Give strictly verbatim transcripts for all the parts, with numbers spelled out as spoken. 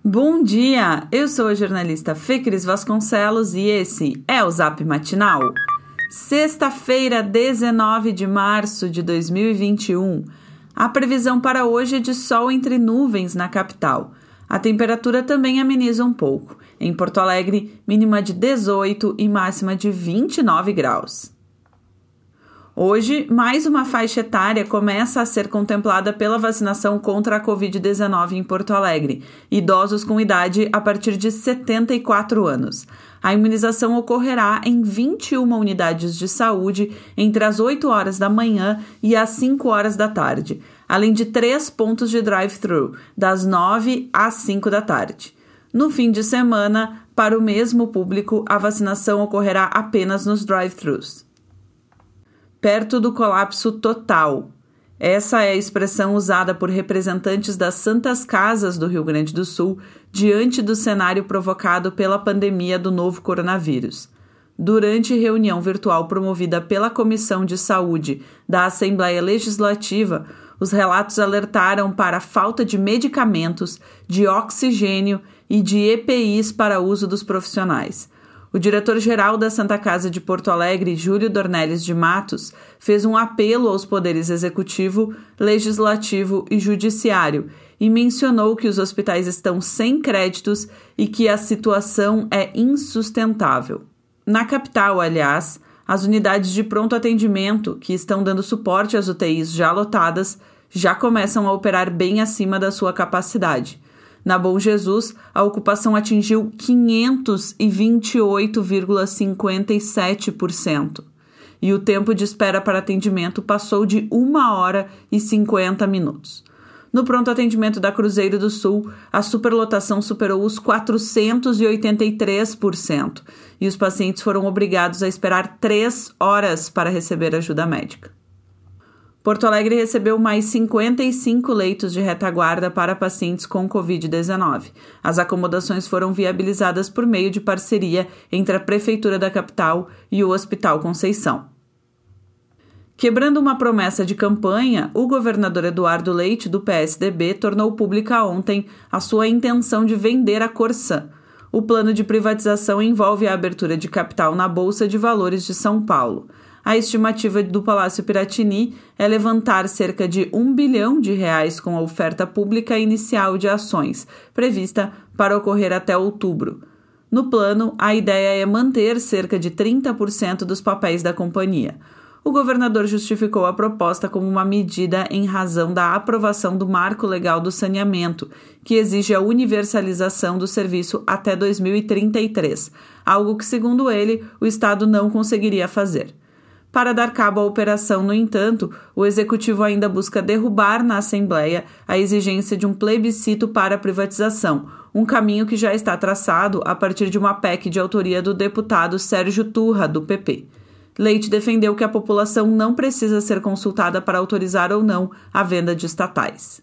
Bom dia, eu sou a jornalista Fê Cris Vasconcelos e esse é o Zap Matinal. Sexta-feira, dezenove de março de dois mil e vinte e um. A previsão para hoje é de sol entre nuvens na capital. A temperatura também ameniza um pouco. Em Porto Alegre, mínima de dezoito e máxima de vinte e nove graus. Hoje, mais uma faixa etária começa a ser contemplada pela vacinação contra a covid dezenove em Porto Alegre, idosos com idade a partir de setenta e quatro anos. A imunização ocorrerá em vinte e uma unidades de saúde entre as oito horas da manhã e as cinco horas da tarde, além de três pontos de drive-thru, das nove às cinco da tarde. No fim de semana, para o mesmo público, a vacinação ocorrerá apenas nos drive-thrus. Perto do colapso total. Essa é a expressão usada por representantes das Santas Casas do Rio Grande do Sul diante do cenário provocado pela pandemia do novo coronavírus. Durante reunião virtual promovida pela Comissão de Saúde da Assembleia Legislativa, os relatos alertaram para a falta de medicamentos, de oxigênio e de E P Is para uso dos profissionais. O diretor-geral da Santa Casa de Porto Alegre, Júlio Dornelles de Matos, fez um apelo aos poderes executivo, legislativo e judiciário e mencionou que os hospitais estão sem créditos e que a situação é insustentável. Na capital, aliás, as unidades de pronto atendimento, que estão dando suporte às U T Is já lotadas, já começam a operar bem acima da sua capacidade. Na Bom Jesus, a ocupação atingiu quinhentos e vinte e oito vírgula cinquenta e sete por cento e o tempo de espera para atendimento passou de uma hora e cinquenta minutos. No pronto atendimento da Cruzeiro do Sul, a superlotação superou os quatrocentos e oitenta e três por cento e os pacientes foram obrigados a esperar três horas para receber ajuda médica. Porto Alegre recebeu mais cinquenta e cinco leitos de retaguarda para pacientes com covid dezenove. As acomodações foram viabilizadas por meio de parceria entre a Prefeitura da capital e o Hospital Conceição. Quebrando uma promessa de campanha, o governador Eduardo Leite, do P S D B, tornou pública ontem a sua intenção de vender a Corsã. O plano de privatização envolve a abertura de capital na Bolsa de Valores de São Paulo. A estimativa do Palácio Piratini é levantar cerca de um bilhão de reais com a oferta pública inicial de ações, prevista para ocorrer até outubro. No plano, a ideia é manter cerca de trinta por cento dos papéis da companhia. O governador justificou a proposta como uma medida em razão da aprovação do Marco Legal do Saneamento, que exige a universalização do serviço até dois mil e trinta e três, algo que, segundo ele, o Estado não conseguiria fazer. Para dar cabo à operação, no entanto, o Executivo ainda busca derrubar na Assembleia a exigência de um plebiscito para a privatização, um caminho que já está traçado a partir de uma P E C de autoria do deputado Sérgio Turra, do P P. Leite defendeu que a população não precisa ser consultada para autorizar ou não a venda de estatais.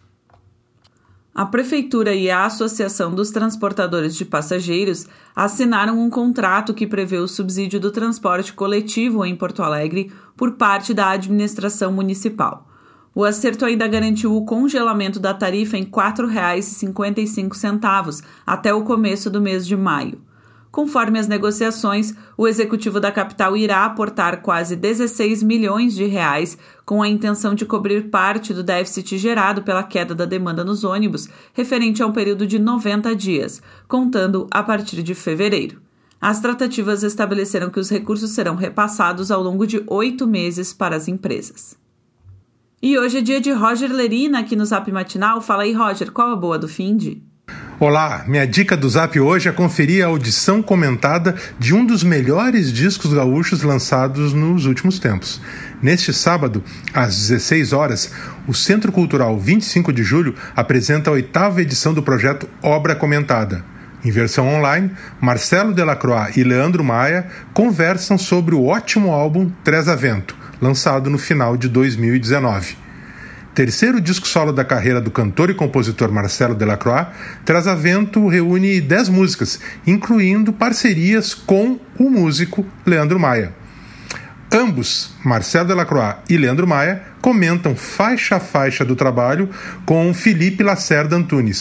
A Prefeitura e a Associação dos Transportadores de Passageiros assinaram um contrato que prevê o subsídio do transporte coletivo em Porto Alegre por parte da administração municipal. O acerto ainda garantiu o congelamento da tarifa em quatro reais e cinquenta e cinco centavos até o começo do mês de maio. Conforme as negociações, o Executivo da capital irá aportar quase dezesseis milhões de reais com a intenção de cobrir parte do déficit gerado pela queda da demanda nos ônibus, referente a um período de noventa dias, contando a partir de fevereiro. As tratativas estabeleceram que os recursos serão repassados ao longo de oito meses para as empresas. E hoje é dia de Roger Lerina aqui no Zap Matinal. Fala aí, Roger, qual a boa do finde? Olá, minha dica do Zap hoje é conferir a audição comentada de um dos melhores discos gaúchos lançados nos últimos tempos. Neste sábado, às dezesseis horas, o Centro Cultural vinte e cinco de julho apresenta a oitava edição do projeto Obra Comentada. Em versão online, Marcelo Delacroix e Leandro Maia conversam sobre o ótimo álbum Tresavento, lançado no final de dois mil e dezenove. Terceiro disco solo da carreira do cantor e compositor Marcelo Delacroix, Tresavento reúne dez músicas, incluindo parcerias com o músico Leandro Maia. Ambos, Marcelo Delacroix e Leandro Maia, comentam faixa a faixa do trabalho com Felipe Lacerda Antunes,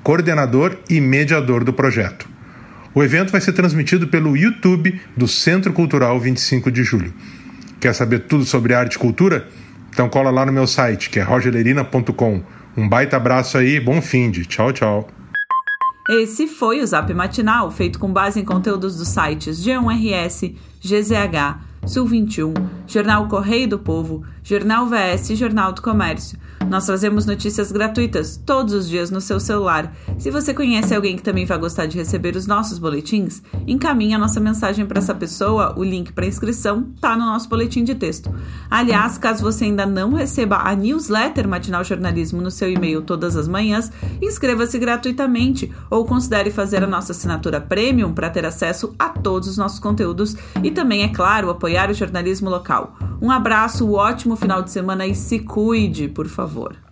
coordenador e mediador do projeto. O evento vai ser transmitido pelo YouTube do Centro Cultural vinte e cinco de julho. Quer saber tudo sobre arte e cultura? Então cola lá no meu site, que é roger lerina ponto com. Um baita abraço aí, bom finde. Tchau, tchau. Esse foi o Zap Matinal, feito com base em conteúdos dos sites G um R S, G Z H, Sul vinte e um, Jornal Correio do Povo, Jornal V S e Jornal do Comércio. Nós trazemos notícias gratuitas todos os dias no seu celular. Se você conhece alguém que também vai gostar de receber os nossos boletins, encaminhe a nossa mensagem para essa pessoa. O link para inscrição está no nosso boletim de texto. Aliás, caso você ainda não receba a newsletter Matinal Jornalismo no seu e-mail todas as manhãs, inscreva-se gratuitamente ou considere fazer a nossa assinatura Premium para ter acesso a todos os nossos conteúdos e também, é claro, apoiar o jornalismo local. Um abraço, um ótimo final de semana e se cuide, por favor.